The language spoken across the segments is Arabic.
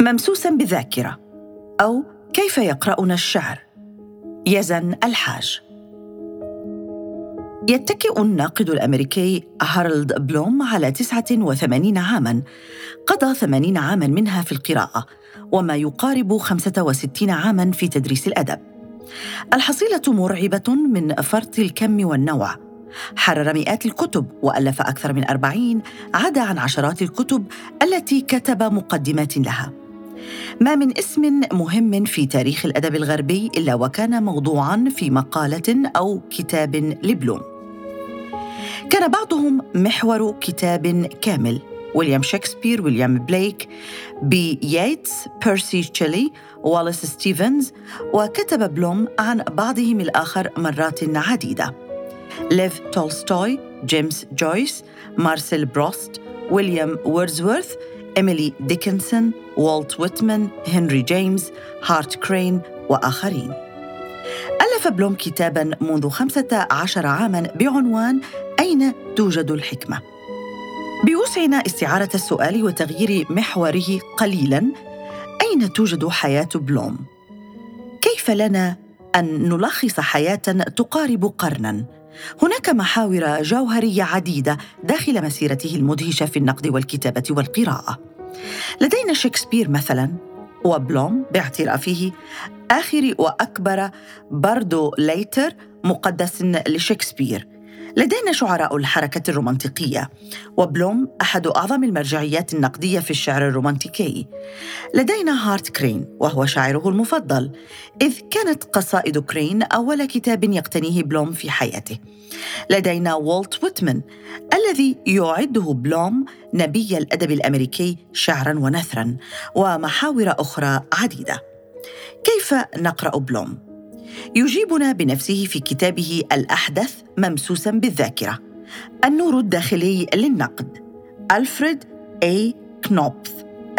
ممسوساً بالذاكرة، أو كيف يقرأنا الشعر، يزن الحاج. يتكئ الناقد الأمريكي هارولد بلوم على 89 عاماً، قضى 80 عاماً منها في القراءة، وما يقارب 65 عاماً في تدريس الأدب. الحصيلة مرعبة من فرط الكم والنوع. حرر مئات الكتب وألف أكثر من 40، عدا عن عشرات الكتب التي كتب مقدمات لها. ما من اسم مهم في تاريخ الأدب الغربي إلا وكان موضوعاً في مقالة أو كتاب لبلوم. كان بعضهم محور كتاب كامل: ويليام شكسبير، ويليام بليك، ييتس، بيرسي شيلي، واليس ستيفنز. وكتب بلوم عن بعضهم الآخر مرات عديدة: ليف تولستوي، جيمس جويس، مارسيل بروست، ويليام وورdsworth، إيميلي ديكنسون، والت ويتمان، هنري جيمس، هارت كرين وآخرين. ألف بلوم كتاباً منذ 15 عاماً بعنوان أين توجد الحكمة؟ بوسعنا استعارة السؤال وتغيير محوره قليلاً: أين توجد حياة بلوم؟ كيف لنا أن نلخص حياة تقارب قرناً؟ هناك محاور جوهرية عديدة داخل مسيرته المدهشة في النقد والكتابة والقراءة. لدينا شكسبير مثلاً، وبلوم باعترافه آخر وأكبر باردو ليتر مقدس لشكسبير. لدينا شعراء الحركة الرومانتيقية، وبلوم أحد أعظم المرجعيات النقدية في الشعر الرومانتيكي. لدينا هارت كرين، وهو شاعره المفضل، إذ كانت قصائد كرين أول كتاب يقتنيه بلوم في حياته. لدينا والت ويتمان الذي يعده بلوم نبي الأدب الأمريكي شعراً ونثراً، ومحاور أخرى عديدة. كيف نقرأ بلوم؟ يجيبنا بنفسه في كتابه الأحدث ممسوساً بالذاكرة: النور الداخلي للنقد، ألفريد A. كنوبث،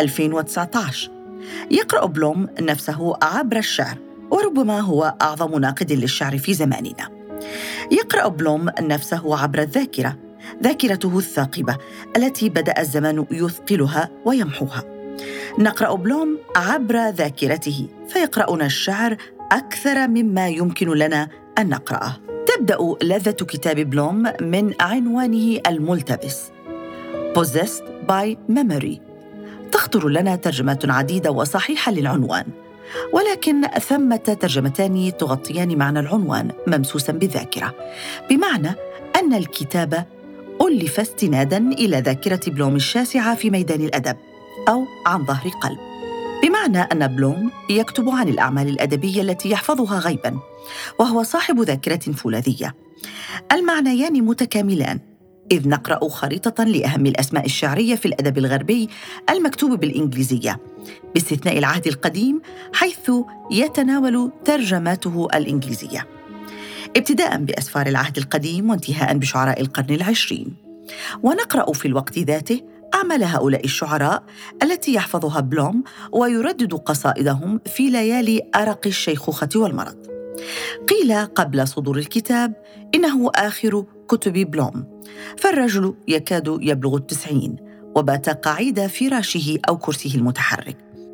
2019. يقرأ بلوم نفسه عبر الشعر، وربما هو أعظم ناقد للشعر في زماننا. يقرأ بلوم نفسه عبر الذاكرة، ذاكرته الثاقبة التي بدأ الزمان يثقلها ويمحوها. نقرأ بلوم عبر ذاكرته، فيقرأنا الشعر أكثر مما يمكن لنا أن نقرأه. تبدأ لذة كتاب بلوم من عنوانه الملتبس: Possessed by Memory. تخطر لنا ترجمات عديدة وصحيحة للعنوان، ولكن ثمة ترجمتان تغطيان معنى العنوان ممسوساً بالذاكرة، بمعنى أن الكتاب ألف استناداً إلى ذاكرة بلوم الشاسعة في ميدان الأدب، أو عن ظهر قلب، بمعنى أن بلوم يكتب عن الأعمال الأدبية التي يحفظها غيباً، وهو صاحب ذاكرة فولاذية. المعنيان متكاملان، إذ نقرأ خريطة لأهم الأسماء الشعرية في الأدب الغربي المكتوب بالإنجليزية، باستثناء العهد القديم حيث يتناول ترجماته الإنجليزية، ابتداءً بأسفار العهد القديم وانتهاءً بشعراء القرن العشرين. ونقرأ في الوقت ذاته أعمال هؤلاء الشعراء التي يحفظها بلوم ويردد قصائدهم في ليالي أرق الشيخوخة والمرض. قيل قبل صدور الكتاب إنه آخر كتب بلوم، فالرجل يكاد يبلغ 90 وبات قاعد فراشه أو كرسيه المتحرك.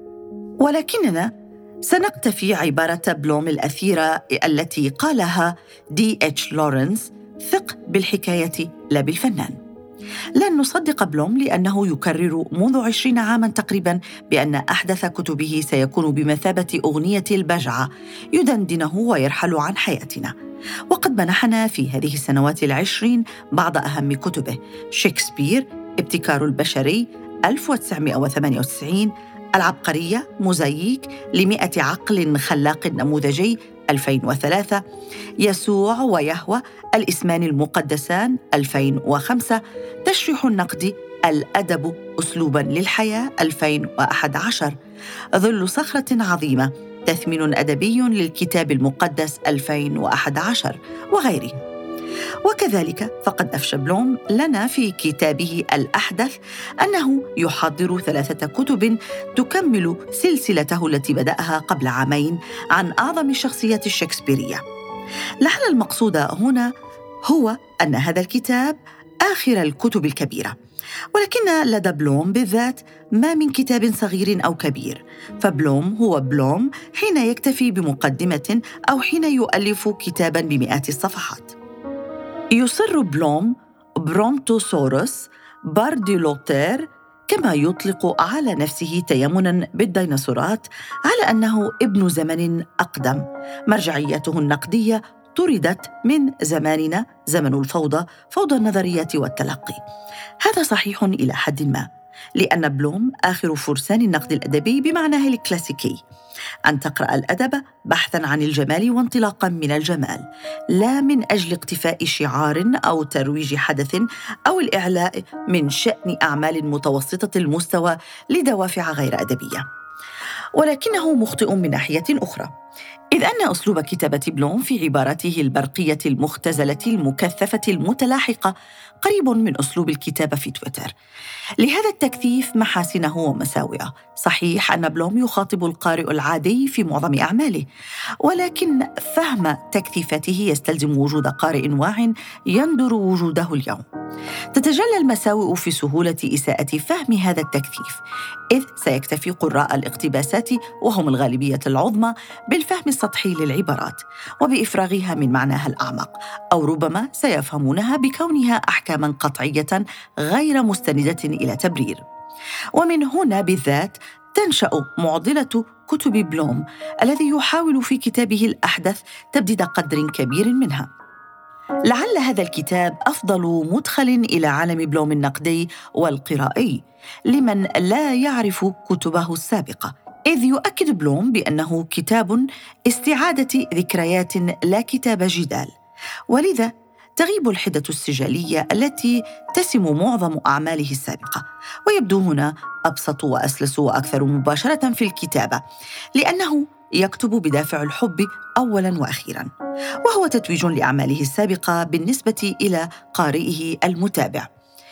ولكننا سنقتفي عبارة بلوم الأثيرة التي قالها D.H. لورنس: ثق بالحكاية لا بالفنان. لن نصدق بلوم لأنه يكرر منذ 20 عاماً تقريباً بأن أحدث كتبه سيكون بمثابة أغنية البجعة يدندنه ويرحل عن حياتنا. وقد منحنا في هذه السنوات 20 بعض أهم كتبه: شكسبير، ابتكار البشري 1998، العبقرية، موزاييك ل100 عقل خلاق نموذجي 2003، يسوع ويهوى، الإسمان المقدسان 2005، تشريح النقد، الأدب أسلوباً للحياة 2011، ظل صخرة عظيمة، تثمين أدبي للكتاب المقدس 2011 وغيره. وكذلك فقد أفشى بلوم لنا في كتابه الأحدث أنه يحضر 3 كتب تكمل سلسلته التي بدأها قبل عامين عن أعظم الشخصيات الشكسبيرية. لعل المقصود هنا هو أن هذا الكتاب آخر الكتب الكبيرة. ولكن لدى بلوم بالذات ما من كتاب صغير أو كبير، فبلوم هو بلوم حين يكتفي بمقدمة أو حين يؤلف كتاباً بمئات الصفحات. يصر بلوم برونتوسوروس بارديلوتير كما يطلق على نفسه تيمناً بالديناصورات على أنه ابن زمن أقدم. مرجعيته النقدية طردت من زماننا، زمن الفوضى، فوضى النظريات والتلقي. هذا صحيح إلى حد ما، لأن بلوم آخر فرسان النقد الأدبي بمعناه الكلاسيكي، أن تقرأ الأدب بحثاً عن الجمال وانطلاقاً من الجمال، لا من أجل اقتفاء شعار أو ترويج حدث أو الإعلاء من شأن أعمال متوسطة المستوى لدوافع غير أدبية. ولكنه مخطئ من ناحية أخرى، إذ أن أسلوب كتابة بلوم في عباراته البرقية المختزلة المكثفة المتلاحقة قريب من أسلوب الكتابة في تويتر. لهذا التكثيف محاسنه ومساوئه. صحيح أن بلوم يخاطب القارئ العادي في معظم أعماله، ولكن فهم تكثيفاته يستلزم وجود قارئ واع يندر وجوده اليوم. تتجلى المساوئ في سهولة إساءة فهم هذا التكثيف، إذ سيكتفي قراء الاقتباسات وهم الغالبية العظمى بالفهم السطحي للعبارات وبإفراغها من معناها الأعمق، أو ربما سيفهمونها بكونها أحكاماً قطعية غير مستندة إلى تبرير. ومن هنا بالذات تنشأ معضلة كتب بلوم الذي يحاول في كتابه الأحدث تبديد قدر كبير منها. لعل هذا الكتاب أفضل مدخل إلى عالم بلوم النقدي والقرائي لمن لا يعرف كتبه السابقة، إذ يؤكد بلوم بأنه كتاب استعادة ذكريات لا كتاب جدال، ولذا تغيب الحدة السجالية التي تسم معظم أعماله السابقة، ويبدو هنا أبسط وأسلس وأكثر مباشرة في الكتابة، لأنه يكتب بدافع الحب أولاً وأخيراً، وهو تتويج لأعماله السابقة بالنسبة إلى قارئه المتابع.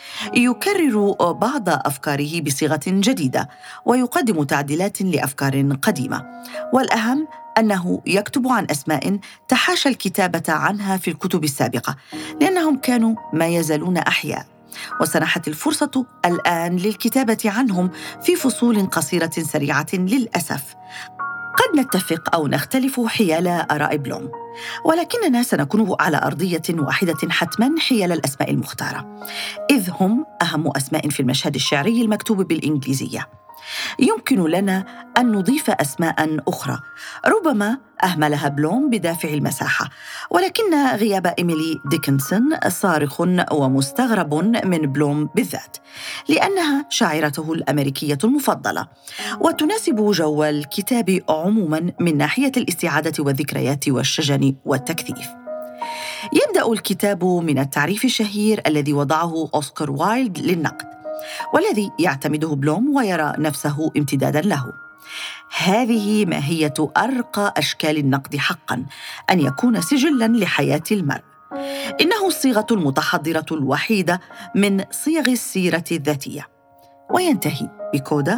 يكرر بعض أفكاره بصيغة جديدة ويقدم تعديلات لأفكار قديمة، والأهم أنه يكتب عن أسماء تحاشى الكتابة عنها في الكتب السابقة لأنهم كانوا ما يزالون أحياء، وسنحت الفرصة الآن للكتابة عنهم في فصول قصيرة سريعة. للأسف قد نتفق أو نختلف حيال آراء بلوم، ولكننا سنكون على أرضية واحدة حتماً حيال الأسماء المختارة، إذ هم أهم أسماء في المشهد الشعري المكتوب بالإنجليزية. يمكن لنا أن نضيف أسماء أخرى ربما أهملها بلوم بدافع المساحة، ولكن غياب إيميلي ديكنسون صارخ ومستغرب من بلوم بالذات، لأنها شاعرته الأمريكية المفضلة وتناسب جو الكتاب عموماً من ناحية الاستعادة والذكريات والشجن والتكثيف. يبدأ الكتاب من التعريف الشهير الذي وضعه أوسكار وايلد للنقد، والذي يعتمده بلوم ويرى نفسه امتداداً له. هذه ماهية أرقى أشكال النقد حقاً، أن يكون سجلاً لحياة المرء. إنه الصيغة المتحضرة الوحيدة من صيغ السيرة الذاتية، وينتهي بكودا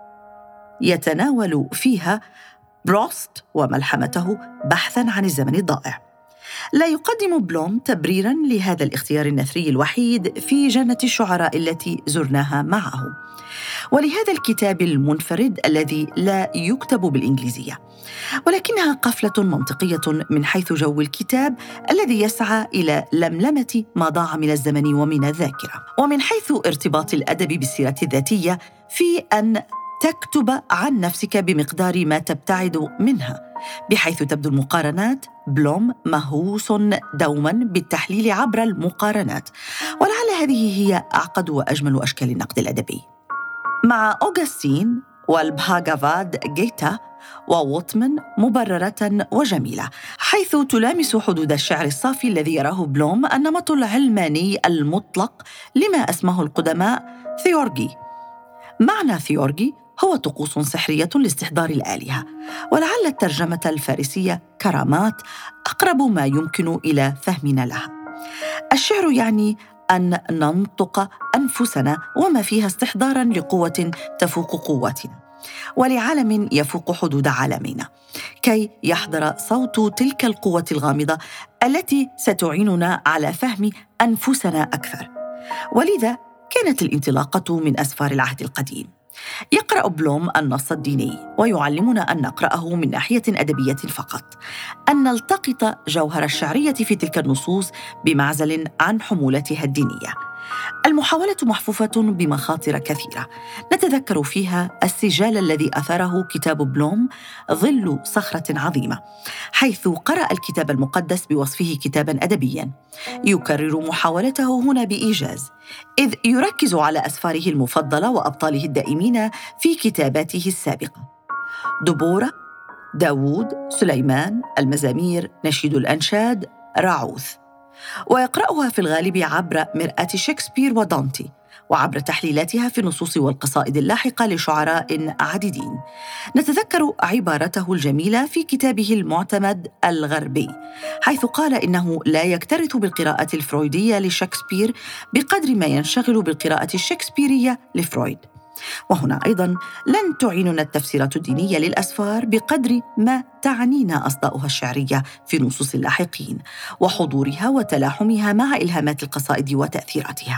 يتناول فيها بروست وملحمته بحثاً عن الزمن الضائع. لا يقدم بلوم تبريراً لهذا الاختيار النثري الوحيد في جنة الشعراء التي زرناها معه، ولهذا الكتاب المنفرد الذي لا يكتب بالإنجليزية، ولكنها قفلة منطقية من حيث جو الكتاب الذي يسعى إلى لملمة ما ضاع من الزمن ومن الذاكرة، ومن حيث ارتباط الأدب بالسيرة الذاتية في أن تكتب عن نفسك بمقدار ما تبتعد منها، بحيث تبدو المقارنات. بلوم مهووس دوما بالتحليل عبر المقارنات، ولعل هذه هي أعقد وأجمل أشكال النقد الأدبي. مع أوغستين والبهاغافاد جيتا ووتمان مبررة وجميلة، حيث تلامس حدود الشعر الصافي الذي يراه بلوم النمط العلماني المطلق لما أسماه القدماء ثيورغي. معنى ثيورغي هو طقوس سحرية لاستحضار الآلهة، ولعل الترجمة الفارسية كرامات أقرب ما يمكن إلى فهمنا لها. الشعر يعني أن ننطق أنفسنا وما فيها استحضاراً لقوة تفوق قوتنا ولعالم يفوق حدود عالمنا، كي يحضر صوت تلك القوة الغامضة التي ستعيننا على فهم أنفسنا أكثر. ولذا كانت الانطلاقة من أسفار العهد القديم. يقرأ بلوم النص الديني ويعلمنا أن نقرأه من ناحية أدبية فقط، أن نلتقط جوهر الشعرية في تلك النصوص بمعزل عن حمولتها الدينية. المحاولة محفوفة بمخاطر كثيرة، نتذكر فيها السجال الذي أثره كتاب بلوم ظل صخرة عظيمة، حيث قرأ الكتاب المقدس بوصفه كتاباً أدبياً. يكرر محاولته هنا بإيجاز، إذ يركز على أسفاره المفضلة وأبطاله الدائمين في كتاباته السابقة: دبورة، داوود، سليمان، المزامير، نشيد الأنشاد، راعوث. ويقرأها في الغالب عبر مرآة شكسبير ودانتي، وعبر تحليلاتها في النصوص والقصائد اللاحقة لشعراء عديدين. نتذكر عبارته الجميلة في كتابه المعتمد الغربي، حيث قال إنه لا يكترث بالقراءة الفرويدية لشكسبير بقدر ما ينشغل بالقراءة الشكسبيرية لفرويد. وهنا أيضاً لن تعيننا التفسيرات الدينية للأسفار بقدر ما تعنينا أصداؤها الشعرية في نصوص اللاحقين وحضورها وتلاحمها مع إلهامات القصائد وتأثيراتها.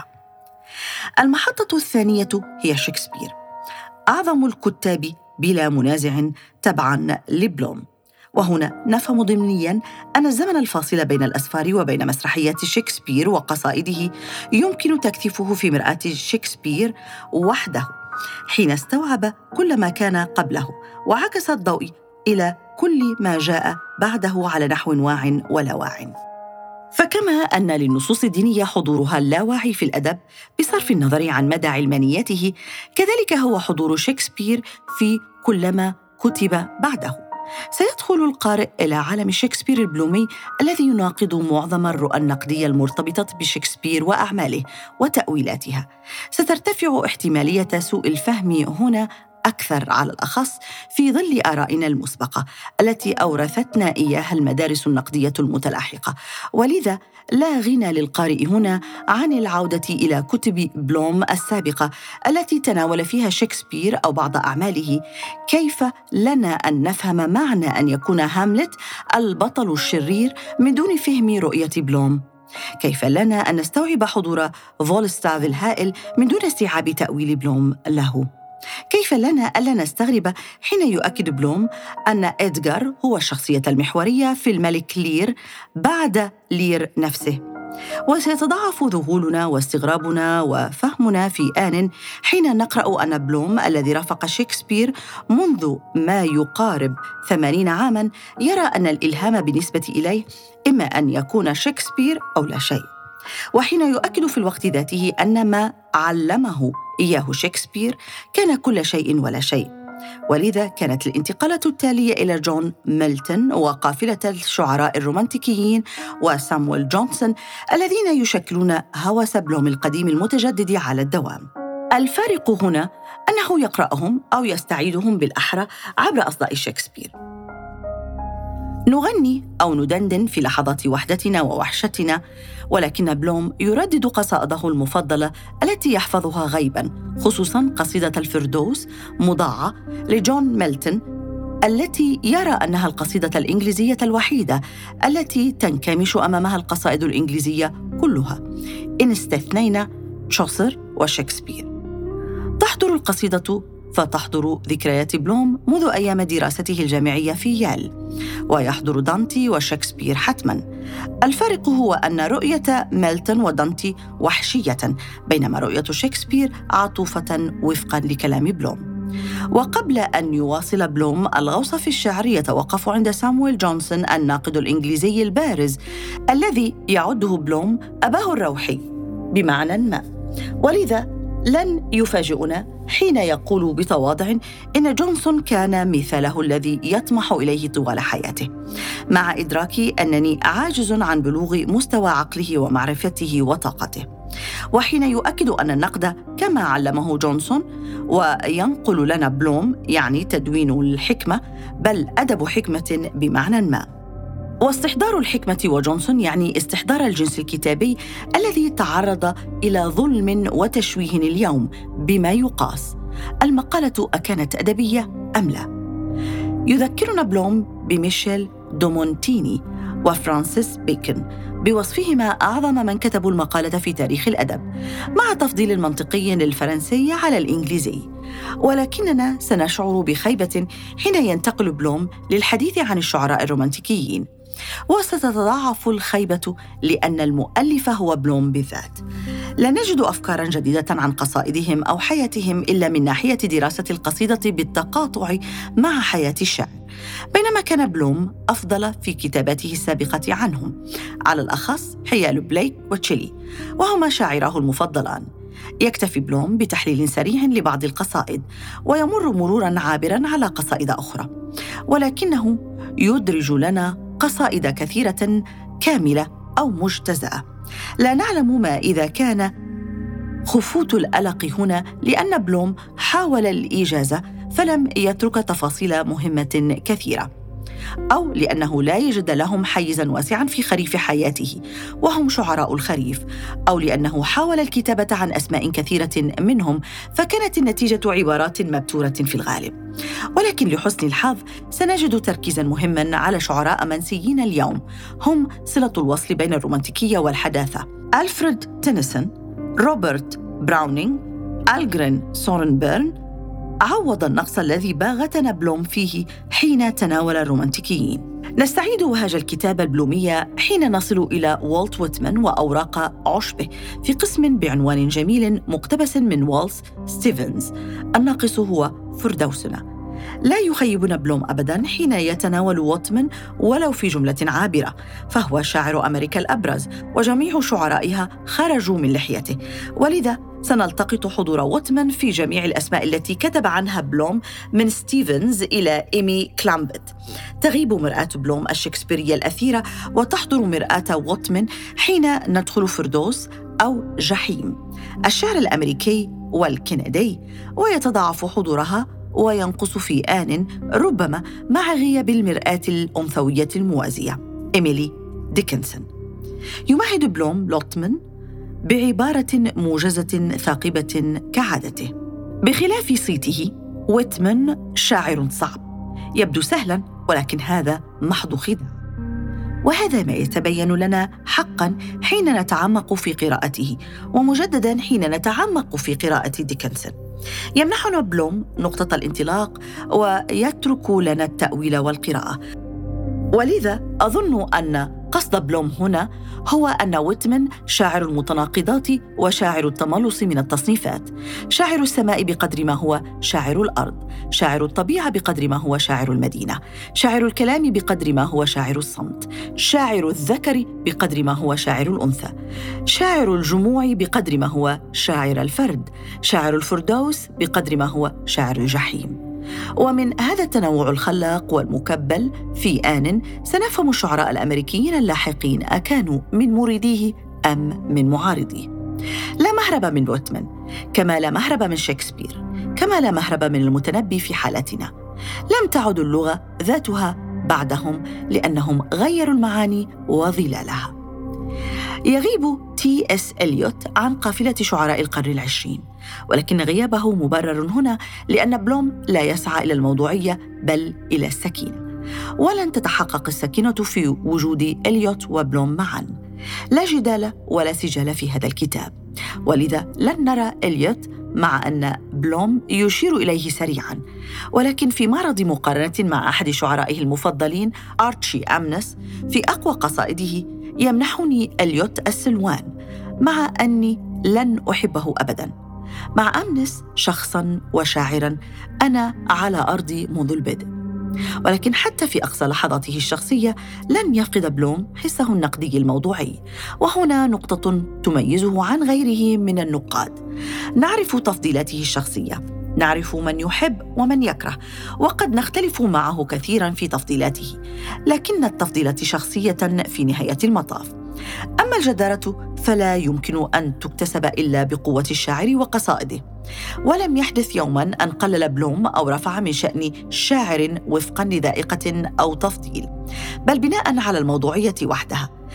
المحطة الثانية هي شكسبير، أعظم الكتاب بلا منازع تبعاً لبلوم. وهنا نفهم ضمنياً أن الزمن الفاصل بين الأسفار وبين مسرحيات شكسبير وقصائده يمكن تكثيفه في مرآة شكسبير وحده، حين استوعب كل ما كان قبله وعكس الضوء إلى كل ما جاء بعده على نحو واع ولا واع. فكما أن للنصوص الدينية حضورها اللاواعي في الأدب بصرف النظر عن مدى علمانيته، كذلك هو حضور شكسبير في كل ما كتب بعده. سيدخل القارئ إلى عالم شكسبير البلومي الذي يناقض معظم الرؤى النقدية المرتبطة بشكسبير وأعماله وتأويلاتها. سترتفع احتمالية سوء الفهم هنا أكثر، على الأخص في ظل آرائنا المسبقة التي أورثتنا إياها المدارس النقدية المتلاحقة. ولذا لا غنى للقارئ هنا عن العودة إلى كتب بلوم السابقة التي تناول فيها شكسبير أو بعض أعماله. كيف لنا أن نفهم معنى أن يكون هاملت البطل الشرير من دون فهم رؤية بلوم؟ كيف لنا أن نستوعب حضور فولستاف الهائل من دون استيعاب تأويل بلوم له؟ كيف لنا ألا نستغرب حين يؤكد بلوم أن إدغار هو الشخصية المحورية في الملك لير بعد لير نفسه؟ وسيتضاعف ذهولنا واستغرابنا وفهمنا في آن حين نقرأ أن بلوم الذي رافق شكسبير منذ ما يقارب 80 عاماً يرى أن الإلهام بالنسبة إليه إما أن يكون شكسبير أو لا شيء، وحين يؤكد في الوقت ذاته أن ما علمه إياه شكسبير كان كل شيء ولا شيء. ولذا كانت الانتقالة التالية إلى جون ميلتون وقافلة الشعراء الرومانتيكيين وسامويل جونسون الذين يشكلون هوس بلوم القديم المتجدد على الدوام. الفارق هنا أنه يقرأهم أو يستعيدهم بالأحرى عبر أصداء شكسبير. نغني أو ندندن في لحظات وحدتنا ووحشتنا، ولكن بلوم يردد قصائده المفضلة التي يحفظها غيباً، خصوصاً قصيدة الفردوس مضاعة لجون ميلتون التي يرى أنها القصيدة الإنجليزية الوحيدة التي تنكمش أمامها القصائد الإنجليزية كلها إن استثنينا تشوسر وشكسبير. تحضر القصيدة فتحضر ذكريات بلوم منذ أيام دراسته الجامعية في يال، ويحضر دانتي وشكسبير حتماً. الفارق هو أن رؤية ميلتون ودانتي وحشية، بينما رؤية شكسبير عاطفة وفقاً لكلام بلوم. وقبل أن يواصل بلوم الغوص في الشعر يتوقف عند سامويل جونسون الناقد الإنجليزي البارز الذي يعده بلوم أباه الروحي بمعنى ما، ولذا لن يفاجئنا حين يقول بتواضع إن جونسون كان مثاله الذي يطمح إليه طوال حياته، مع إدراكي أنني عاجز عن بلوغ مستوى عقله ومعرفته وطاقته. وحين يؤكد أن النقد كما علمه جونسون وينقل لنا بلوم يعني تدوين الحكمة، بل أدب حكمة بمعنى ما. واستحضار الحكمة وجونسون يعني استحضار الجنس الكتابي الذي تعرض إلى ظلم وتشويه اليوم بما يقاس. المقالة أكانت أدبية أم لا؟ يذكرنا بلوم بميشيل دومونتيني وفرانسيس بيكون بوصفهما أعظم من كتبوا المقالة في تاريخ الأدب، مع تفضيل منطقي للفرنسي على الإنجليزي. ولكننا سنشعر بخيبة حين ينتقل بلوم للحديث عن الشعراء الرومانتيكيين، وستتضاعف الخيبة لأن المؤلف هو بلوم بالذات. لا نجد أفكاراً جديدة عن قصائدهم أو حياتهم إلا من ناحية دراسة القصيدة بالتقاطع مع حياة الشاعر، بينما كان بلوم أفضل في كتاباته السابقة عنهم، على الأخص حيال بليك وتشيلي، وهما شاعراه المفضلان. يكتفي بلوم بتحليل سريع لبعض القصائد ويمر مروراً عابراً على قصائد أخرى، ولكنه يدرج لنا قصائد كثيرة كاملة أو مجتزأة. لا نعلم ما إذا كان خفوت القلق هنا لأن بلوم حاول الإيجاز فلم يترك تفاصيل مهمة كثيرة، أو لأنه لا يجد لهم حيزاً واسعاً في خريف حياته وهم شعراء الخريف، أو لأنه حاول الكتابة عن أسماء كثيرة منهم فكانت النتيجة عبارات مبتورة في الغالب. ولكن لحسن الحظ سنجد تركيزاً مهماً على شعراء منسيين اليوم هم صلة الوصل بين الرومانتيكية والحداثة: ألفريد تينيسون، روبرت براونينغ، ألغرين سورنبيرن. عوض النقص الذي باغتنا بلوم فيه حين تناول الرومانتيكيين. نستعيد وهاج الكتابة البلومية حين نصل إلى والت ويتمان وأوراق عشبه في قسم بعنوان جميل مقتبس من والس ستيفنز: الناقص هو فردوسنا. لا يخيبنا بلوم أبداً حين يتناول ويتمان ولو في جملة عابرة، فهو شاعر أمريكا الأبرز وجميع شعرائها خرجوا من لحيته، ولذا سنلتقط حضور ويتمان في جميع الأسماء التي كتب عنها بلوم، من ستيفنز إلى إيمي كلامبت. تغيب مرآة بلوم الشكسبيرية الأثيرة وتحضر مرآة ويتمان حين ندخل فردوس أو جحيم، الشعر الأمريكي والكندي، ويتضاعف حضورها وينقص في آن ربما مع غياب المرآة الأنثوية الموازية، إيميلي ديكنسون. يمهد بلوم لوتمان بعبارة موجزة ثاقبة كعادته. بخلاف صيته، ويتمان شاعر صعب، يبدو سهلاً ولكن هذا محض خداع، وهذا ما يتبين لنا حقاً حين نتعمق في قراءته، ومجدداً حين نتعمق في قراءة ديكنسون. يمنحنا بلوم نقطة الانطلاق ويترك لنا التأويل والقراءة، ولذا أظن أن قصد بلوم هنا هو أن ويتمان شاعر المتناقضات وشاعر التملص من التصنيفات، شاعر السماء بقدر ما هو شاعر الأرض، شاعر الطبيعة بقدر ما هو شاعر المدينة، شاعر الكلام بقدر ما هو شاعر الصمت، شاعر الذكر بقدر ما هو شاعر الأنثى، شاعر الجموع بقدر ما هو شاعر الفرد، شاعر الفردوس بقدر ما هو شاعر الجحيم. ومن هذا التنوع الخلاق والمكبل في آن سنفهم الشعراء الأمريكيين اللاحقين أكانوا من مريديه أم من معارضيه. لا مهرب من ويتمان، كما لا مهرب من شكسبير، كما لا مهرب من المتنبي في حالتنا. لم تعد اللغة ذاتها بعدهم لأنهم غيروا المعاني وظلالها. يغيب تي إس إليوت عن قافلة شعراء القرن العشرين، ولكن غيابه مبرر هنا لأن بلوم لا يسعى إلى الموضوعية بل إلى السكينة، ولن تتحقق السكينة في وجود إليوت وبلوم معاً. لا جدال ولا سجال في هذا الكتاب، ولذا لن نرى إليوت مع أن بلوم يشير إليه سريعاً، ولكن في معرض مقارنة مع أحد شعرائه المفضلين آرتشي أمنس في أقوى قصائده يمنحني إليوت السلوان، مع أني لن أحبه أبداً. مع أمنس شخصاً وشاعراً أنا على أرضي منذ البدء، ولكن حتى في أقصى لحظاته الشخصية لن يفقد بلوم حسه النقدي الموضوعي، وهنا نقطة تميزه عن غيره من النقاد. نعرف تفضيلاته الشخصية، نعرف من يحب ومن يكره، وقد نختلف معه كثيراً في تفضيلاته، لكن التفضيلات شخصية في نهاية المطاف. أما الجدارة فلا يمكن أن تكتسب إلا بقوة الشاعر وقصائده، ولم يحدث يوماً أن قلل بلوم أو رفع من شأن شاعر وفقاً لذائقة أو تفضيل، بل بناءً على الموضوعية وحدها.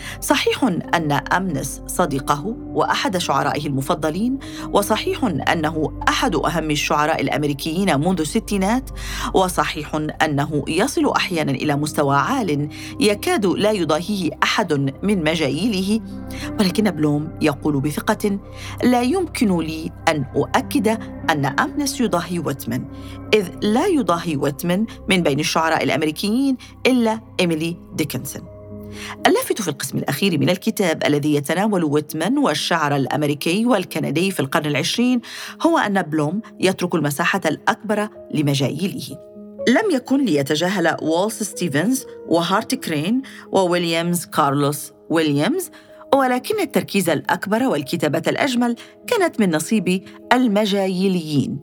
صحيح أن أمنس صديقه وأحد شعرائه المفضلين، وصحيح أنه أحد أهم الشعراء الأمريكيين منذ الستينات، وصحيح أنه يصل أحياناً إلى مستوى عال يكاد لا يضاهيه أحد من مجاييله، ولكن بلوم يقول بثقة: لا يمكن لي أن أؤكد أن أمنس يضاهي ويتمان، إذ لا يضاهي ويتمان من بين الشعراء الأمريكيين إلا إيميلي ديكنسون. اللافت في القسم الأخير من الكتاب الذي يتناول ويتمان والشعر الأمريكي والكندي في القرن العشرين هو أن بلوم يترك المساحة الأكبر لمجاييله. لم يكن ليتجاهل والس ستيفنز وهارت كرين وويليامز كارلوس ويليامز، ولكن التركيز الأكبر والكتابة الأجمل كانت من نصيب المجاييليين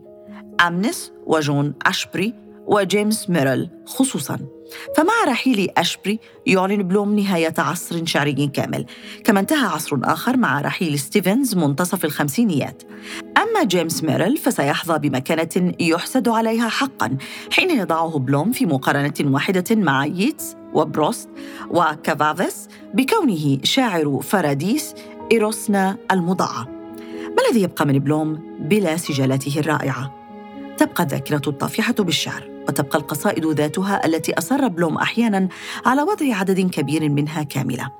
أمنس وجون أشبري وجيمس ميرل خصوصاً. فمع رحيل أشبري يعلن بلوم نهاية عصر شعري كامل، كما انتهى عصر آخر مع رحيل ستيفنز منتصف الخمسينيات. أما جيمس ميرل فسيحظى بمكانة يحسد عليها حقاً حين يضعه بلوم في مقارنة واحدة مع ييتس وبروست وكافافيس بكونه شاعر فراديس إيروسنا المضاعة. ما الذي يبقى من بلوم بلا سجالاته الرائعة؟ تبقى الذاكرة الطافحة بالشعر، وتبقى القصائد ذاتها التي أصر بلوم أحياناً على وضع عدد كبير منها كاملة،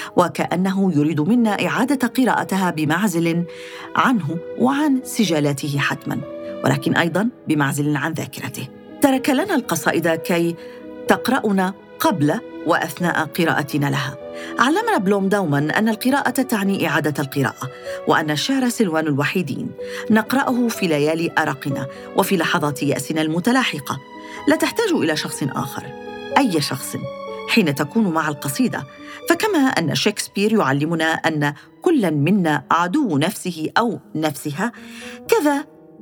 وكأنه يريد منا إعادة قراءتها بمعزل عنه وعن سجالاته حتماً، ولكن أيضاً بمعزل عن ذاكرته. ترك لنا القصائد كي تقرأنا قبل وأثناء قراءتنا لها. علمنا بلوم دوماً أن القراءة تعني إعادة القراءة، وأن الشعر سلوان الوحيدين نقرأه في ليالي أرقنا وفي لحظات يأسنا المتلاحقة. لا تحتاج إلى شخص آخر، أي شخص، حين تكون مع القصيدة. فكما أن شكسبير يعلمنا أن كل منا عدو نفسه أو نفسها، كذا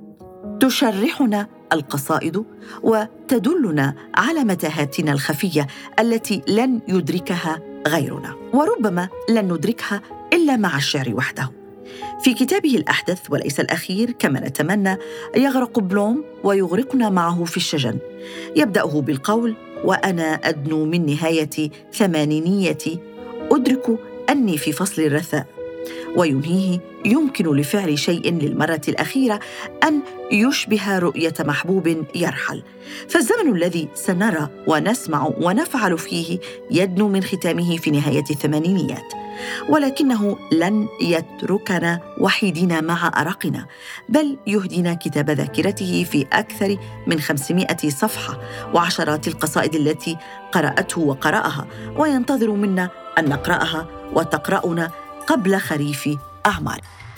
تشرحنا القصائد وتدلنا على متاهاتنا الخفية التي لن يدركها غيرنا، وربما لن ندركها إلا مع الشعر وحده. في كتابه الأحدث وليس الأخير كما نتمنى، يغرق بلوم ويغرقنا معه في الشجن. يبدأه بالقول: وأنا أدنو من نهاية ثمانينيتي أدرك أني في فصل الرثاء، وينهيه: يمكن لفعل شيء للمرة الأخيرة أن يشبه رؤية محبوب يرحل، فالزمن الذي سنرى ونسمع ونفعل فيه يدنو من ختامه في نهاية الثمانينيات، ولكنه لن يتركنا وحيدين مع أرقنا، بل يهدينا كتاب ذاكرته في أكثر من 500 صفحة وعشرات القصائد التي قرأته وقرأها، وينتظر منا أن نقرأها وتقرأنا قبل خريف أعمار.